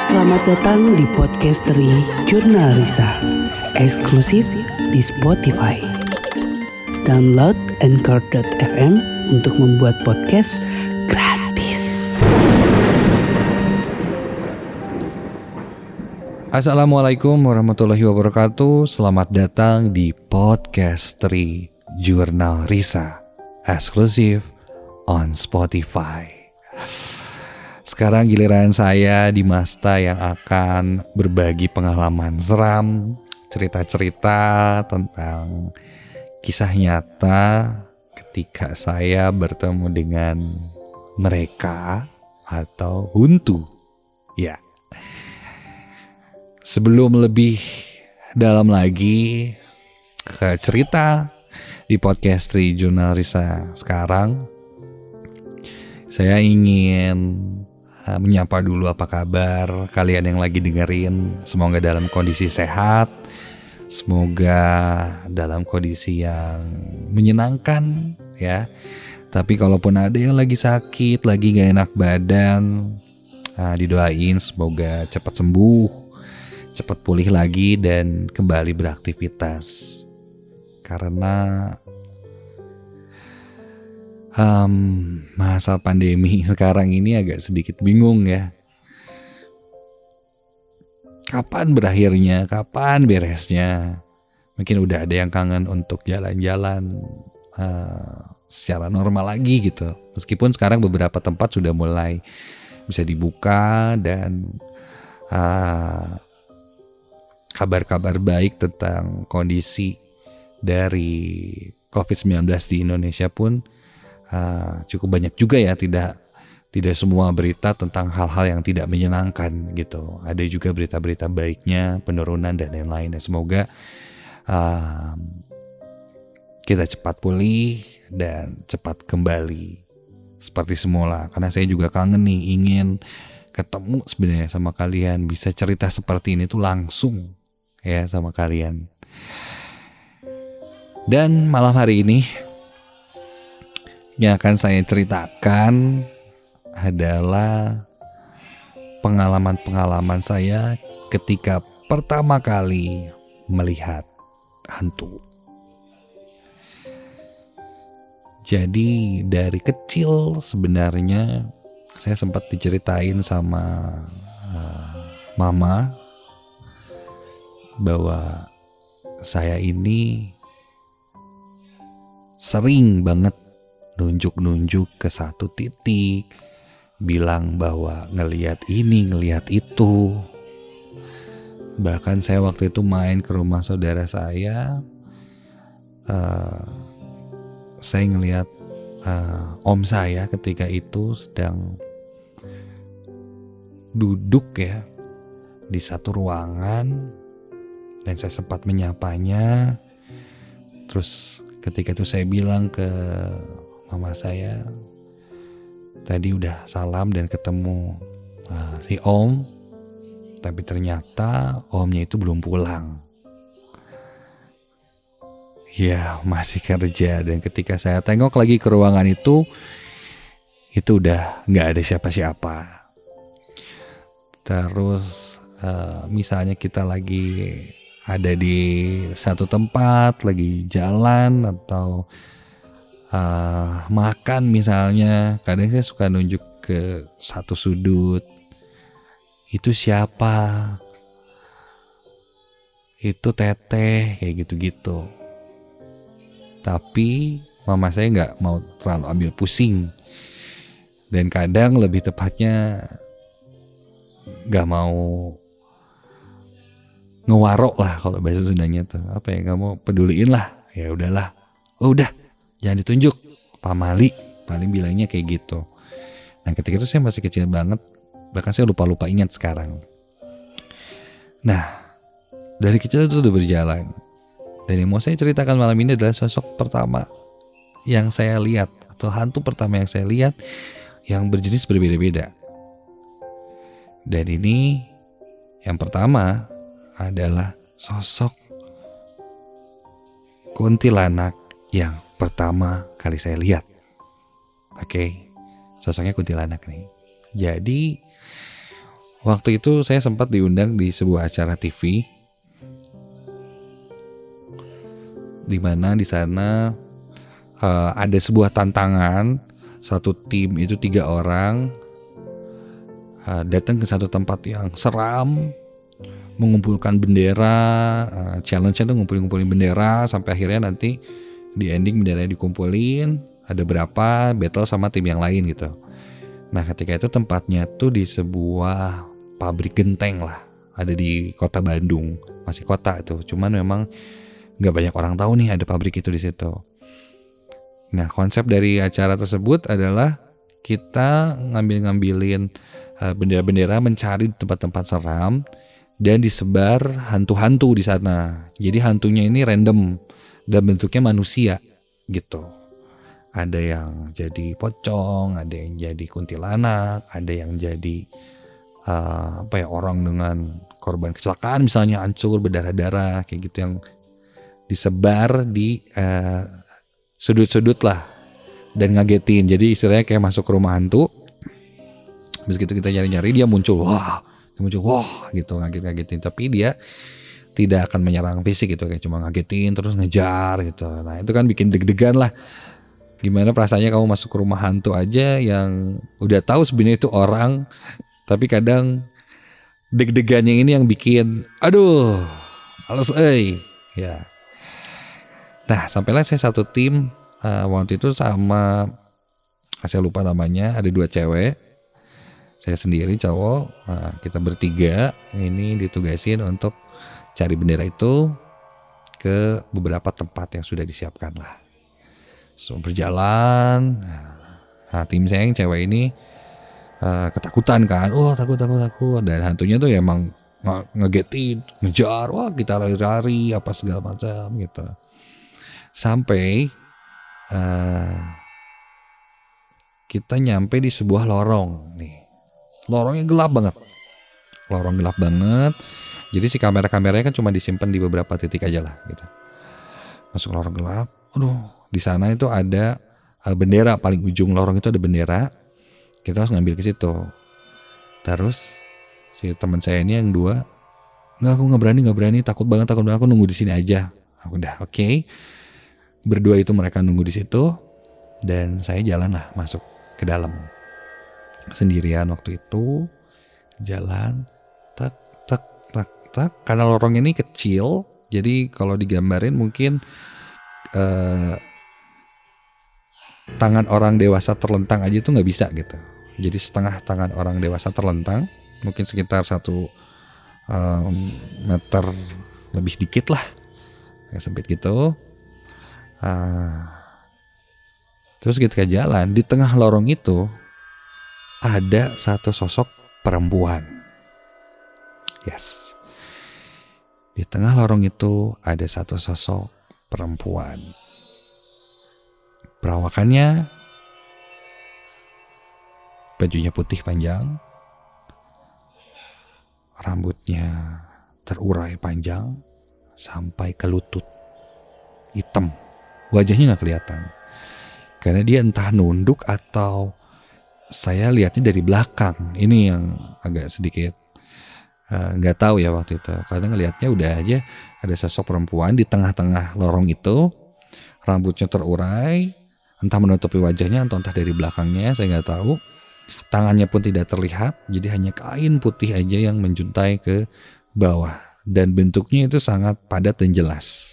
Selamat datang di Podcastery Jurnal Risa, eksklusif di Spotify. Download Anchor.fm untuk membuat podcast gratis. Assalamualaikum warahmatullahi wabarakatuh. Selamat datang di Podcastery Jurnal Risa, eksklusif on Spotify. Sekarang giliran saya Dimasta yang akan berbagi pengalaman seram, cerita-cerita tentang kisah nyata ketika saya bertemu dengan mereka atau hantu. Ya. Sebelum lebih dalam lagi ke cerita di Podcastery Jurnal Risa sekarang, saya ingin menyapa dulu apa kabar kalian yang lagi dengerin. Semoga dalam kondisi sehat, semoga dalam kondisi yang menyenangkan ya. Tapi kalaupun ada yang lagi sakit, lagi gak enak badan, didoain semoga cepat sembuh, cepat pulih lagi dan kembali beraktivitas. Karena masa pandemi sekarang ini agak sedikit bingung ya. Kapan berakhirnya? Kapan beresnya? Mungkin udah ada yang kangen untuk jalan-jalan secara normal lagi gitu. Meskipun sekarang beberapa tempat sudah mulai bisa dibuka dan kabar-kabar baik tentang kondisi dari COVID-19 di Indonesia pun cukup banyak juga ya, tidak semua berita tentang hal-hal yang tidak menyenangkan gitu. Ada juga berita-berita baiknya, penurunan dan lain-lain. Dan semoga kita cepat pulih dan cepat kembali seperti semula. Karena saya juga kangen nih, ingin ketemu sebenarnya sama kalian, bisa cerita seperti ini tuh langsung ya sama kalian. Dan malam hari ini yang akan saya ceritakan adalah pengalaman-pengalaman saya ketika pertama kali melihat hantu. Jadi dari kecil sebenarnya saya sempat diceritain sama mama bahwa saya ini sering banget nunjuk-nunjuk ke satu titik, bilang bahwa ngelihat ini, ngelihat itu. Bahkan saya waktu itu main ke rumah saudara saya ngelihat om saya ketika itu sedang duduk ya di satu ruangan dan saya sempat menyapanya. Terus ketika itu saya bilang ke mama saya, tadi udah salam dan ketemu si om, tapi ternyata omnya itu belum pulang. Ya masih kerja. Dan ketika saya tengok lagi ke ruangan itu udah gak ada siapa-siapa. Terus misalnya kita lagi ada di satu tempat, lagi jalan atau makan misalnya, kadang saya suka nunjuk ke satu sudut. Itu siapa? Itu teteh, kayak gitu-gitu. Tapi mama saya gak mau terlalu ambil pusing. Dan kadang lebih tepatnya gak mau ngewarok lah kalau bahasa Sundanya tuh. Apa ya, gak mau peduliin lah. Ya udahlah. Oh udah, jangan ditunjuk, pamali paling bilangnya kayak gitu. Nah ketika itu saya masih kecil banget, bahkan saya lupa ingat sekarang. Nah dari kecil itu udah berjalan. Dan yang mau saya ceritakan malam ini adalah sosok pertama yang saya lihat, atau hantu pertama yang saya lihat, yang berjenis berbeda-beda. Dan ini yang pertama adalah sosok kuntilanak yang pertama kali saya lihat. Oke, sosoknya kuntilanak nih. Jadi Waktu itu saya sempat diundang di sebuah acara TV, di mana di sana ada sebuah tantangan. Satu tim itu 3 orang datang ke satu tempat yang seram, mengumpulkan bendera. Challenge-nya tuh ngumpulin bendera sampai akhirnya nanti di ending benderanya dikumpulin. Ada berapa battle sama tim yang lain gitu. Nah ketika itu tempatnya tuh di sebuah pabrik genteng lah, ada di kota Bandung, masih kota itu. Cuman memang nggak banyak orang tahu nih ada pabrik itu di situ. Nah konsep dari acara tersebut adalah kita ngambilin bendera-bendera, mencari tempat-tempat seram dan disebar hantu-hantu di sana. Jadi hantunya ini random dan bentuknya manusia gitu. Ada yang jadi pocong, ada yang jadi kuntilanak, ada yang jadi orang dengan korban kecelakaan misalnya, hancur berdarah-darah kayak gitu, yang disebar di sudut-sudut lah dan ngagetin. Jadi istilahnya kayak masuk ke rumah hantu. Begitu kita nyari-nyari dia muncul, wah gitu, ngagetin. Tapi dia tidak akan menyerang fisik gitu, kayak cuma ngagetin terus ngejar gitu. Nah itu kan bikin deg-degan lah. Gimana perasaannya kamu masuk ke rumah hantu aja yang udah tahu sebenarnya itu orang, tapi kadang deg-degannya ini yang bikin aduh males ya. Nah sampailah saya satu tim waktu itu sama, saya lupa namanya, ada 2 cewek, saya sendiri cowok. Kita bertiga ini ditugasin untuk cari bendera itu ke beberapa tempat yang sudah disiapkan lah. So, berjalan. Nah tim saya yang cewek ini ketakutan kan, takut, dan hantunya tuh ya emang ngegetin, ngejar, wah kita lari-lari apa segala macam gitu. Sampai kita nyampe di sebuah lorong nih. Lorongnya gelap banget. Jadi si kamera-kameranya kan cuma disimpan di beberapa titik aja lah gitu. Masuk lorong gelap. Di sana itu ada bendera, paling ujung lorong itu ada bendera. Kita harus ngambil ke situ. Terus si teman saya ini yang 2, aku nggak berani, takut banget, aku nunggu di sini aja. Aku udah oke. Berdua itu mereka nunggu di situ dan saya jalan lah masuk ke dalam sendirian waktu itu. Jalan tak. Karena lorong ini kecil, jadi kalau digambarin mungkin tangan orang dewasa terlentang aja tuh nggak bisa gitu. Jadi setengah tangan orang dewasa terlentang, mungkin sekitar 1 meter lebih dikit lah, kayak sempit gitu. Terus ketika jalan di tengah lorong itu ada satu sosok perempuan. Yes, di tengah lorong itu ada satu sosok perempuan. Perawakannya bajunya putih panjang, rambutnya terurai panjang sampai ke lutut, hitam, wajahnya nggak kelihatan karena dia entah nunduk atau saya lihatnya dari belakang. Ini yang agak sedikit nggak tahu ya waktu itu, karena ngelihatnya udah aja ada sosok perempuan di tengah-tengah lorong itu, rambutnya terurai, entah menutupi wajahnya atau entah dari belakangnya, saya nggak tahu. Tangannya pun tidak terlihat, jadi hanya kain putih aja yang menjuntai ke bawah, dan bentuknya itu sangat padat dan jelas.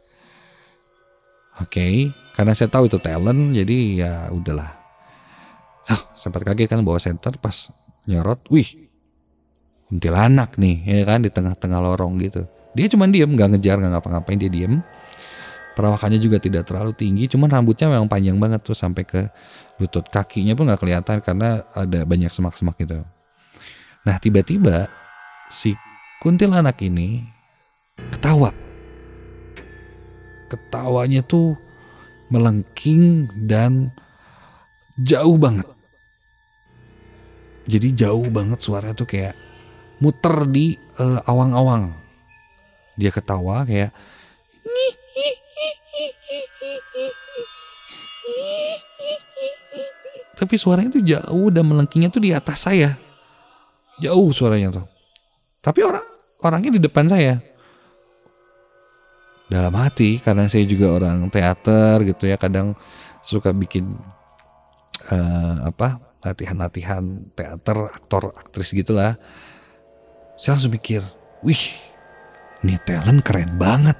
Oke, karena saya tahu itu talent, jadi ya udahlah. Sempat kaget kan bawa senter, pas nyorot, wih, kuntilanak nih, ya kan, di tengah-tengah lorong gitu. Dia cuma diem, nggak ngejar, nggak ngapa-ngapain, dia diem. Perawakannya juga tidak terlalu tinggi, cuman rambutnya memang panjang banget tuh sampai ke lutut. Kakinya pun nggak kelihatan karena ada banyak semak-semak gitu. Nah tiba-tiba si kuntilanak ini ketawa. Ketawanya tuh melengking dan jauh banget. Jadi jauh banget, suaranya tuh kayak muter di awang-awang. Dia ketawa kayak tapi suaranya tuh jauh dan melengkingnya tuh di atas saya. jauh suaranya tuh. Tapi orangnya di depan saya. Dalam hati, karena saya juga orang teater gitu ya, kadang suka bikin latihan-latihan teater, aktor, aktris gitulah. Saya langsung mikir, wih, ini talent keren banget.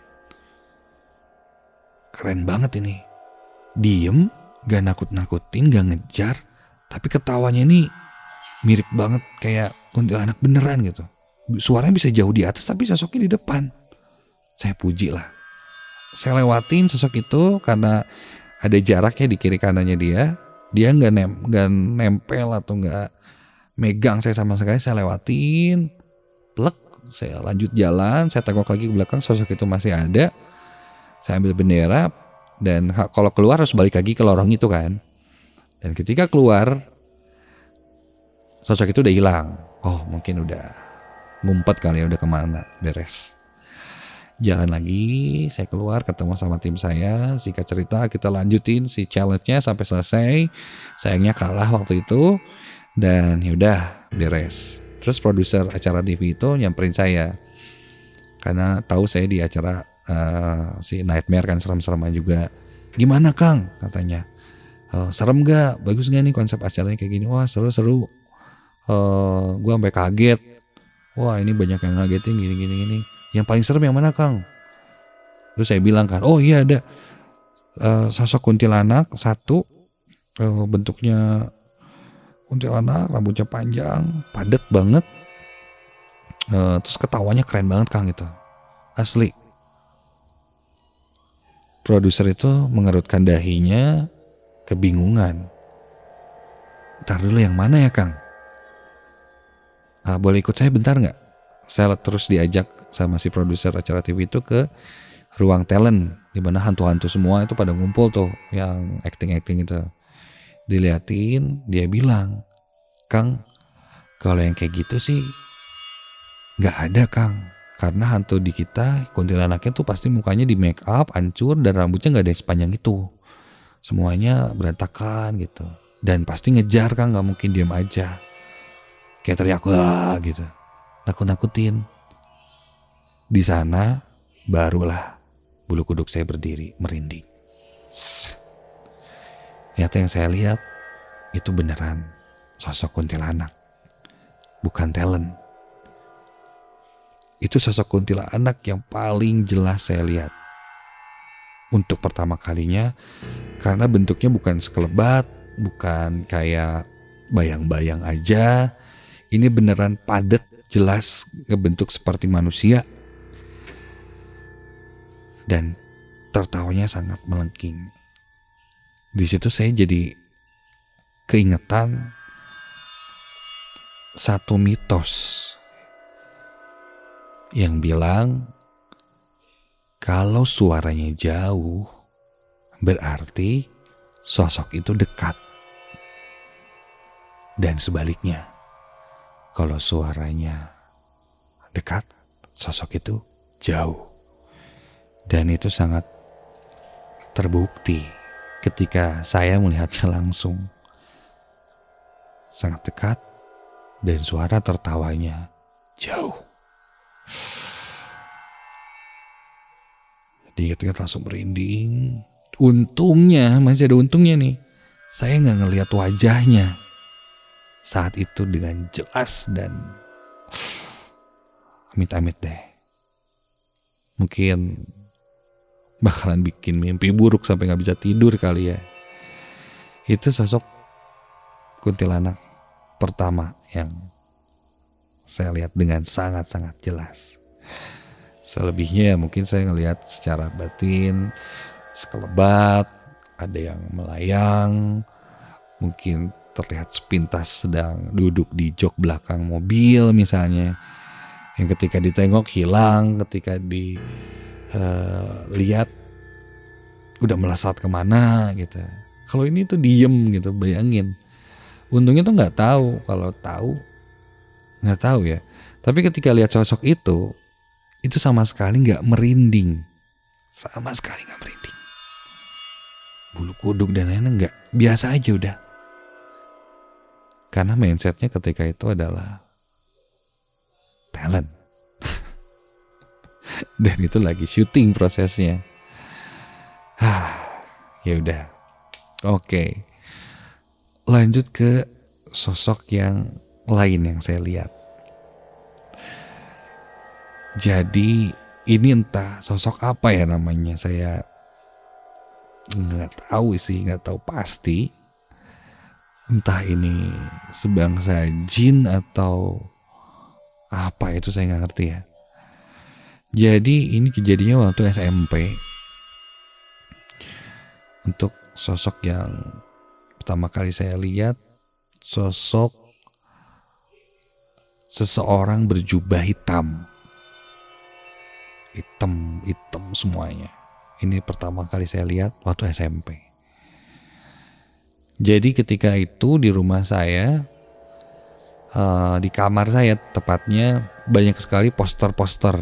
Keren banget ini. Diem, gak nakut-nakutin, gak ngejar, tapi ketawanya ini mirip banget kayak kuntilanak beneran gitu. Suaranya bisa jauh di atas tapi sosoknya di depan. Saya puji lah. Saya lewatin sosok itu karena ada jaraknya di kiri kanannya dia. Dia nggak nempel atau nggak megang saya sama sekali. Saya lewatin, plek. Saya lanjut jalan. Saya tengok lagi ke belakang, sosok itu masih ada. Saya ambil bendera dan kalau keluar harus balik lagi ke lorong itu kan. Dan ketika keluar, sosok itu udah hilang. Oh mungkin udah ngumpet kali ya, udah kemana, beres. Jalan lagi, saya keluar ketemu sama tim saya. Singkat cerita kita lanjutin si challenge-nya sampai selesai. Sayangnya kalah waktu itu dan yaudah beres. Terus produser acara TV itu nyamperin saya karena tahu saya di acara si Nightmare kan, serem-sereman juga. Gimana Kang? Katanya. Serem gak? Bagus gak nih konsep acaranya kayak gini? Wah seru-seru. Gue sampai kaget. Wah ini banyak yang ngagetin gini. Yang paling serem yang mana Kang? Terus saya bilang kan, oh iya ada sosok kuntilanak satu, bentuknya kuntilanak, rambutnya panjang, padat banget, terus ketawanya keren banget Kang itu, asli. Produser itu mengerutkan dahinya, kebingungan. Ntar dulu yang mana ya Kang? Boleh ikut saya bentar nggak? Saya terus diajak sama si produser acara TV itu ke ruang talent, di mana hantu-hantu semua itu pada ngumpul tuh, yang acting itu. Diliatin, dia bilang, Kang, kalau yang kayak gitu sih nggak ada Kang, karena hantu di kita kuntilanaknya tuh pasti mukanya di make up, hancur, dan rambutnya nggak ada yang sepanjang itu, semuanya berantakan gitu, dan pasti ngejar Kang, nggak mungkin diam aja, kayak teriak wah gitu. Nakut-nakutin. Di sana barulah bulu kuduk saya berdiri merinding. Ternyata yang saya lihat itu beneran sosok kuntilanak, bukan talent. Itu sosok kuntilanak yang paling jelas saya lihat untuk pertama kalinya, karena bentuknya bukan sekelebat, bukan kayak bayang-bayang aja. Ini beneran padat, jelas ngebentuk seperti manusia, dan tertawanya sangat melengking. Di situ saya jadi keingetan satu mitos yang bilang kalau suaranya jauh berarti sosok itu dekat, dan sebaliknya. Kalau suaranya dekat, sosok itu jauh. Dan itu sangat terbukti ketika saya melihatnya langsung. Sangat dekat dan suara tertawanya jauh. Diingat-ingat langsung merinding. Untungnya, masih ada untungnya nih, saya gak ngelihat wajahnya saat itu dengan jelas, dan amit-amit deh, mungkin bakalan bikin mimpi buruk sampai gak bisa tidur kali ya. Itu sosok kuntilanak pertama yang saya lihat dengan sangat-sangat jelas. Selebihnya ya mungkin saya ngelihat secara batin, sekelebat, ada yang melayang, mungkin terlihat sepintas sedang duduk di jok belakang mobil misalnya, yang ketika ditengok hilang, ketika dilihat udah melesat kemana gitu. Kalau ini tuh diem gitu, bayangin. Untungnya tuh nggak tahu, kalau tahu nggak tahu ya. Tapi ketika lihat sosok itu sama sekali nggak merinding, sama sekali nggak merinding. Bulu kuduk dan lain-lain nggak, biasa aja udah. Karena mindsetnya ketika itu adalah Talent. Dan itu lagi syuting prosesnya. Ya udah. Oke. Lanjut ke sosok yang lain yang saya lihat. Jadi ini entah sosok apa ya namanya, saya nggak tahu pasti. Entah ini sebangsa jin atau apa itu saya nggak ngerti ya. Jadi ini kejadiannya waktu SMP. Untuk sosok yang pertama kali saya lihat, sosok seseorang berjubah hitam semuanya. Ini pertama kali saya lihat waktu SMP. Jadi ketika itu di rumah saya, di kamar saya tepatnya, banyak sekali poster-poster.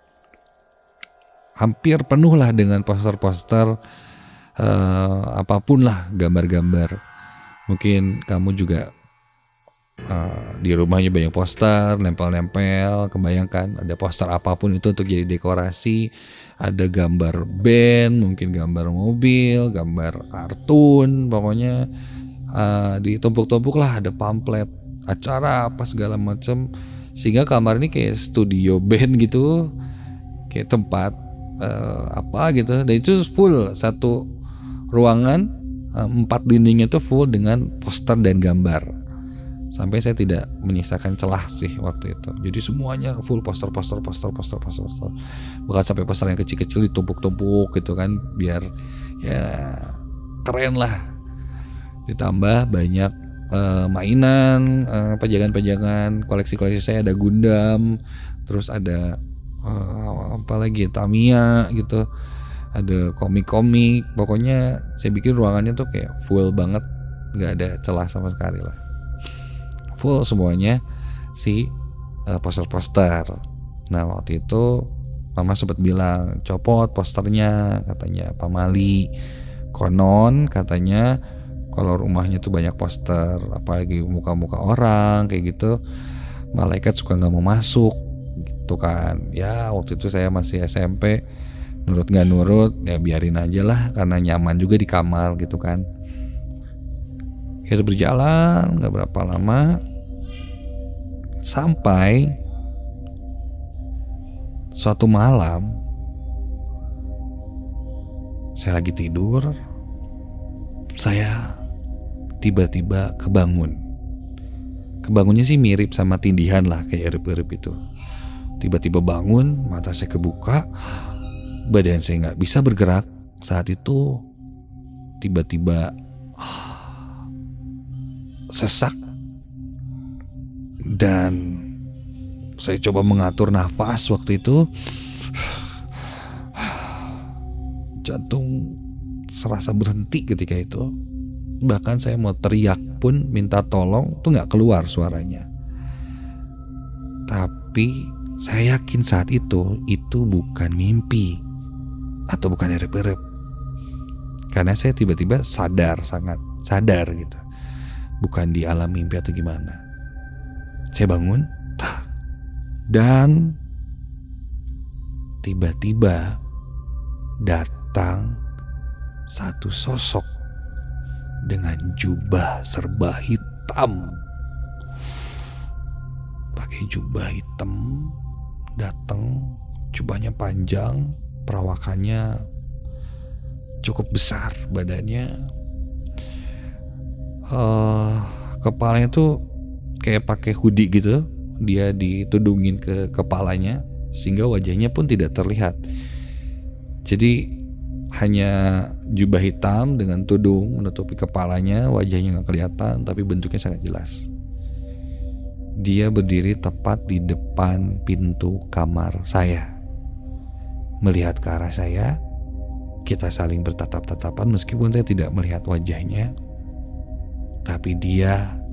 Hampir penuh lah dengan poster-poster apapun lah, gambar-gambar. Mungkin kamu juga di rumahnya banyak poster, nempel-nempel. Kebayangkan ada poster apapun itu untuk jadi dekorasi. Ada gambar band, mungkin gambar mobil, gambar kartun. Pokoknya ditumpuk-tumpuk lah, ada pamflet acara apa segala macam. Sehingga kamar ini kayak studio band gitu, kayak tempat apa gitu. Dan itu full satu ruangan, 4 dindingnya itu full dengan poster dan gambar. Sampai saya tidak menyisakan celah sih waktu itu. Jadi semuanya full poster. Bahkan sampai poster yang kecil-kecil ditumpuk-tumpuk gitu kan, biar ya keren lah. Ditambah banyak mainan, pajangan-pajangan, koleksi-koleksi saya ada Gundam, terus ada apa lagi, Tamiya gitu. Ada komik-komik. Pokoknya saya bikin ruangannya tuh kayak full banget, nggak ada celah sama sekali lah. Full semuanya si poster-poster. Nah waktu itu mama sempat bilang copot posternya, katanya Pak Mali. Konon katanya kalau rumahnya tuh banyak poster, apalagi muka-muka orang kayak gitu, malaikat suka nggak mau masuk gitu kan. Ya waktu itu saya masih SMP, nurut nggak nurut ya biarin aja lah, karena nyaman juga di kamar gitu kan. Itu berjalan nggak berapa lama, sampai suatu malam saya lagi tidur, saya tiba-tiba kebangun. Kebangunnya sih mirip sama tindihan lah, kayak erep-erep itu. Tiba-tiba bangun, mata saya kebuka, badan saya nggak bisa bergerak. Saat itu tiba-tiba sesak, dan saya coba mengatur nafas waktu itu. Jantung serasa berhenti ketika itu. Bahkan saya mau teriak pun, minta tolong tuh gak keluar suaranya. Tapi saya yakin saat itu bukan mimpi atau bukan erep-erep. Karena saya tiba-tiba sadar, sangat sadar gitu. Bukan di alam mimpi atau gimana. Saya bangun dan tiba-tiba datang satu sosok dengan jubah serba hitam. Pakai jubah hitam datang, jubahnya panjang, perawakannya cukup besar badannya. Kepalanya tuh kayak pakai hoodie gitu, dia ditudungin ke kepalanya sehingga wajahnya pun tidak terlihat. Jadi hanya jubah hitam dengan tudung menutupi kepalanya, wajahnya nggak kelihatan, tapi bentuknya sangat jelas. Dia berdiri tepat di depan pintu kamar saya, melihat ke arah saya. Kita saling bertatap-tatapan meskipun saya tidak melihat wajahnya, tapi dia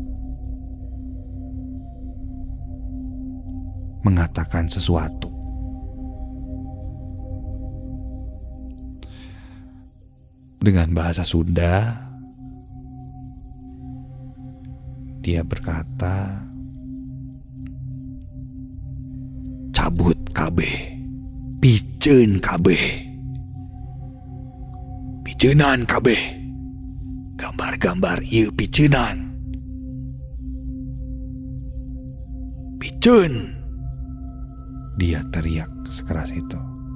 mengatakan sesuatu. Dengan bahasa Sunda, dia berkata, cabut kabeh, piceun kabeh, piceunan kabeh, gambar-gambar ieu piceunan, piceun, dia teriak sekeras itu.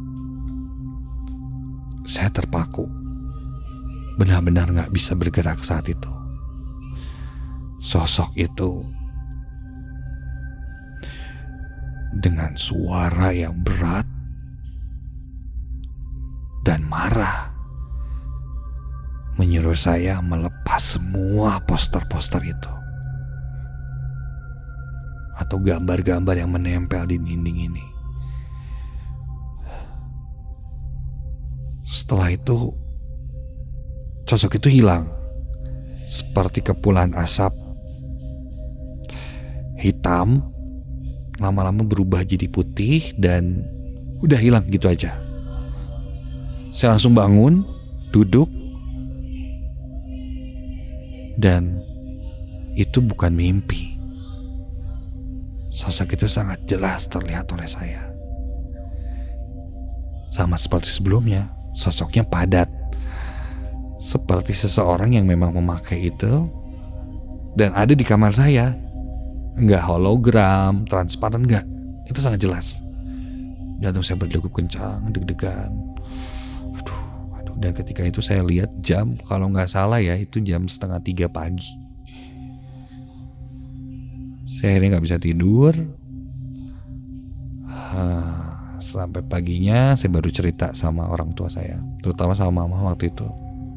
Saya terpaku, benar-benar gak bisa bergerak saat itu. Sosok itu dengan suara yang berat dan marah menyuruh saya melepas semua poster-poster itu atau gambar-gambar yang menempel di dinding ini. Setelah itu sosok itu hilang seperti kepulan asap hitam, lama-lama berubah jadi putih dan udah hilang gitu aja. Saya langsung bangun, duduk, dan itu bukan mimpi. Sosok itu sangat jelas terlihat oleh saya. Sama seperti sebelumnya, sosoknya padat, seperti seseorang yang memang memakai itu dan ada di kamar saya. Enggak hologram, transparan, enggak. Itu sangat jelas. Jantung saya berdegup kencang, deg-degan. Aduh. Dan ketika itu saya lihat jam, kalau nggak salah ya, itu jam 2:30 pagi. Saya akhirnya nggak bisa tidur. Sampai paginya saya baru cerita sama orang tua saya, terutama sama mama waktu itu.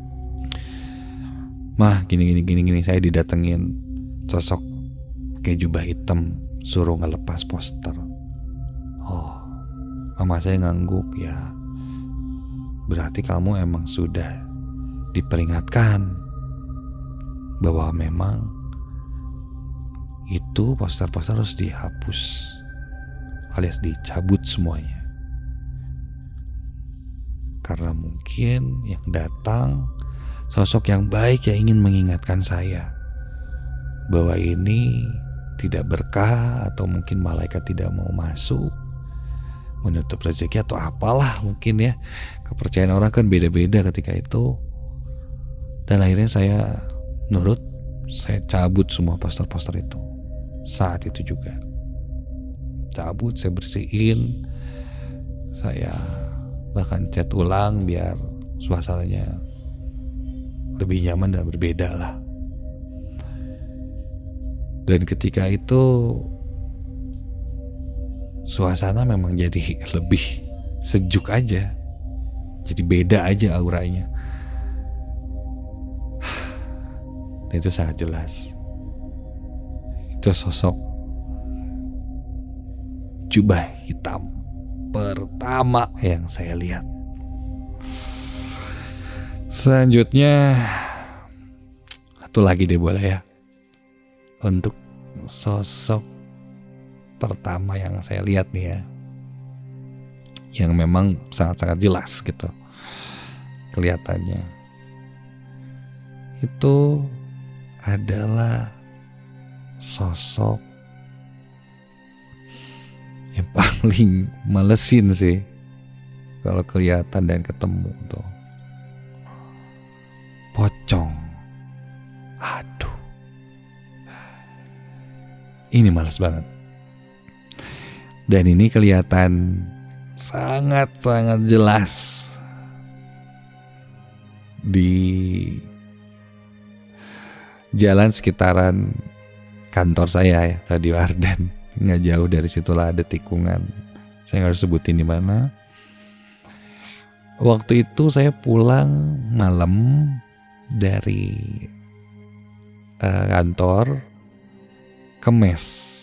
Mah, gini, saya didatengin sosok pakai jubah hitam, suruh ngelepas poster. Oh, mama saya ngangguk, ya berarti kamu emang sudah diperingatkan bahwa memang itu poster-poster harus dihapus alias dicabut semuanya. Karena mungkin yang datang sosok yang baik yang ingin mengingatkan saya bahwa ini tidak berkah, atau mungkin malaikat tidak mau masuk, menutup rezeki atau apalah mungkin ya. Kepercayaan orang kan beda-beda ketika itu. Dan akhirnya saya nurut, saya cabut semua poster-poster itu. Saat itu juga cabut, saya bersihin, saya bahkan cat ulang biar suasananya lebih nyaman dan berbeda lah. Dan ketika itu suasana memang jadi lebih sejuk aja, jadi beda aja auranya. Itu sangat jelas. Itu sosok jubah hitam pertama yang saya lihat. Selanjutnya satu lagi deh boleh ya, untuk sosok pertama yang saya lihat nih ya, yang memang sangat-sangat jelas gitu kelihatannya, itu adalah sosok yang paling malesin sih kalau kelihatan dan ketemu tuh. Pocong. Aduh, ini males banget. Dan ini kelihatan sangat-sangat jelas di jalan sekitaran kantor saya ya, Radio Ardan. Nggak jauh dari situlah ada tikungan. Saya nggak harus sebutin di mana. Waktu itu saya pulang malam dari kantor ke mes.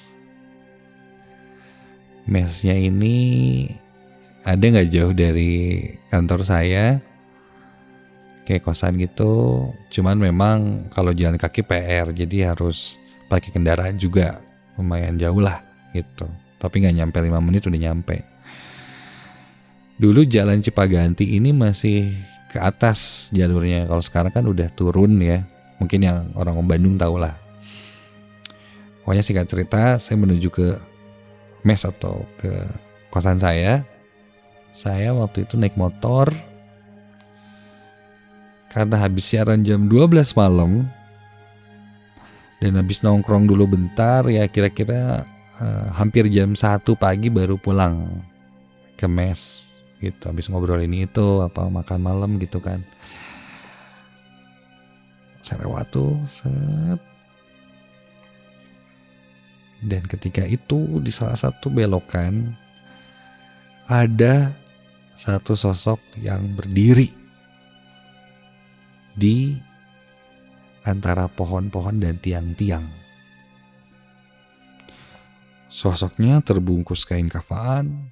Mesnya ini ada nggak jauh dari kantor saya, kayak kosan gitu. Cuman memang kalau jalan kaki PR, jadi harus pakai kendaraan juga, lumayan jauh lah gitu. Tapi nggak nyampe 5 menit udah nyampe. Dulu jalan Cipaganti ini masih ke atas jalurnya, kalau sekarang kan udah turun ya. Mungkin yang orang Bandung tahu lah. Pokoknya singkat cerita, saya menuju ke mes atau ke kosan saya waktu itu naik motor karena habis siaran jam 12 malam dan habis nongkrong dulu bentar, ya kira-kira hampir jam 1 pagi baru pulang ke mes gitu. Habis ngobrol ini itu apa makan malam gitu kan. Saya lewat tuh set. Dan ketika itu di salah satu belokan ada satu sosok yang berdiri di antara pohon-pohon dan tiang-tiang. Sosoknya terbungkus kain kafan.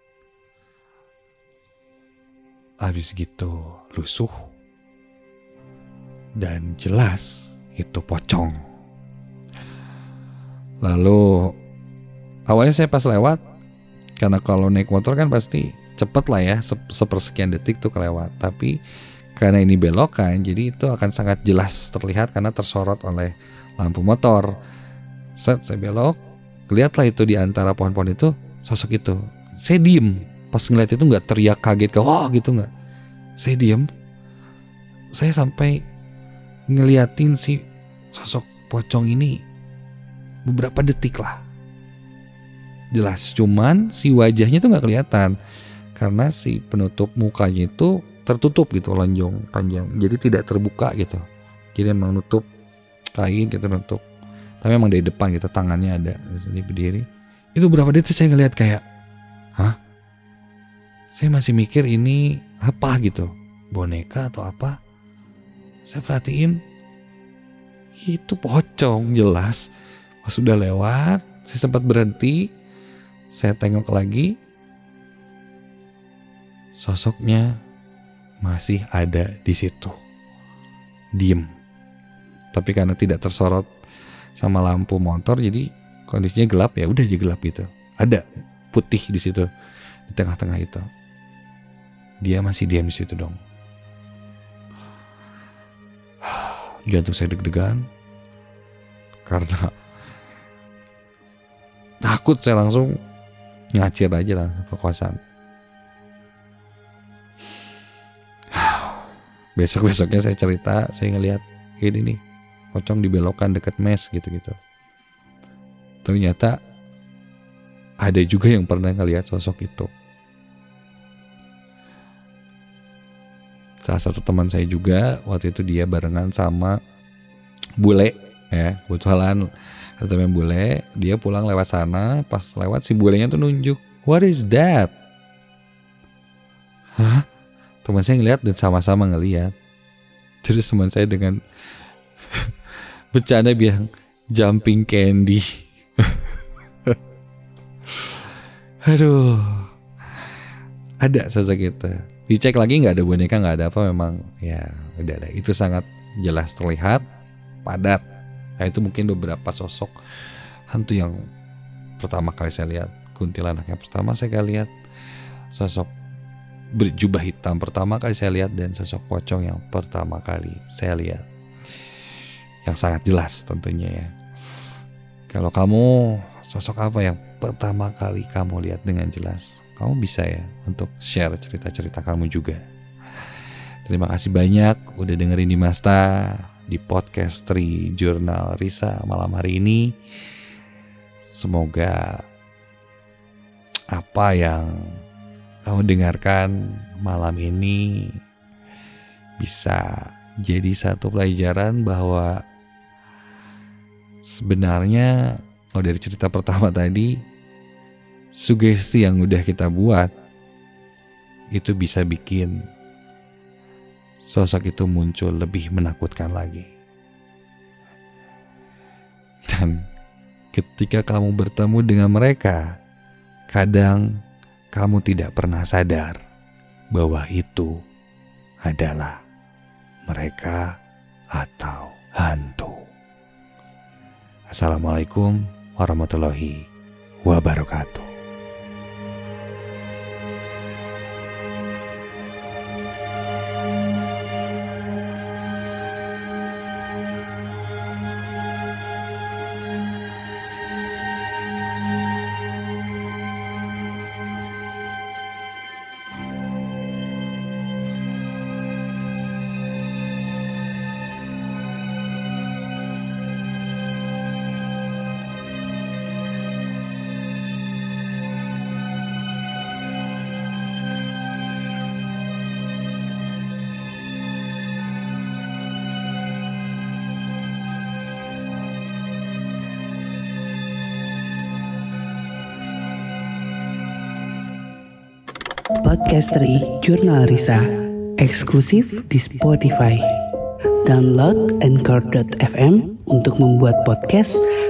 Habis gitu lusuh. Dan jelas itu pocong. Lalu awalnya saya pas lewat, karena kalau naik motor kan pasti cepet lah ya, sepersekian detik tuh kelewat. Tapi karena ini belokan, jadi itu akan sangat jelas terlihat karena tersorot oleh lampu motor. Set, saya belok, lihatlah itu di antara pohon-pohon itu sosok itu. Saya diem, pas ngeliat itu nggak teriak kaget wah gitu nggak. Saya diem, saya sampai ngeliatin si sosok pocong ini beberapa detik lah. Jelas, cuman si wajahnya tuh nggak kelihatan karena si penutup mukanya itu tertutup gitu, lonjong panjang, jadi tidak terbuka gitu. Jadi emang nutup kain gitu, nutup. Tapi emang dari depan gitu, tangannya ada jadi berdiri. Itu berapa detik saya ngeliat kayak, hah? Saya masih mikir ini apa gitu, boneka atau apa? Saya perhatiin itu pocong jelas. Pas sudah lewat, saya sempat berhenti, saya tengok lagi, sosoknya masih ada di situ, diem. Tapi karena tidak tersorot sama lampu motor, jadi kondisinya gelap, ya udah gelap gitu. Ada putih di situ, di tengah-tengah itu. Dia masih diam di situ dong. Jantung saya deg-degan karena takut. Saya langsung ngacir aja lah ke kosan. Besok-besoknya saya cerita, saya ngelihat ini nih pocong di belokan dekat mes gitu-gitu. Ternyata ada juga yang pernah ngelihat sosok itu. Salah satu teman saya juga waktu itu dia barengan sama bule ya, kebetulan ada teman bule, dia pulang lewat sana, pas lewat si bulenya tuh nunjuk, what is that? Hah? Teman saya ngeliat dan sama-sama ngeliat. Terus teman saya dengan bercanda bilang jumping candy. Aduh, ada sosok itu. Dicek lagi nggak ada boneka, nggak ada apa, memang ya udah ada. Itu sangat jelas terlihat, padat. Nah itu mungkin beberapa sosok hantu yang pertama kali saya lihat. Kuntilanak yang pertama saya lihat, sosok berjubah hitam pertama kali saya lihat, dan sosok pocong yang pertama kali saya lihat. Yang sangat jelas tentunya ya. Kalau kamu, sosok apa yang pertama kali kamu lihat dengan jelas? Kamu bisa ya untuk share cerita-cerita kamu juga. Terima kasih banyak udah dengerin Dimasta di podcast Tri Jurnal Risa malam hari ini. Semoga apa yang kamu dengarkan malam ini bisa jadi satu pelajaran bahwa sebenarnya kalau dari cerita pertama tadi, sugesti yang udah kita buat itu bisa bikin sosok itu muncul lebih menakutkan lagi. Dan ketika kamu bertemu dengan mereka, kadang kamu tidak pernah sadar bahwa itu adalah mereka atau hantu. Assalamualaikum warahmatullahi wabarakatuh. Podcastery Jurnal Risa, eksklusif di Spotify. Download Anchor.fm untuk membuat podcast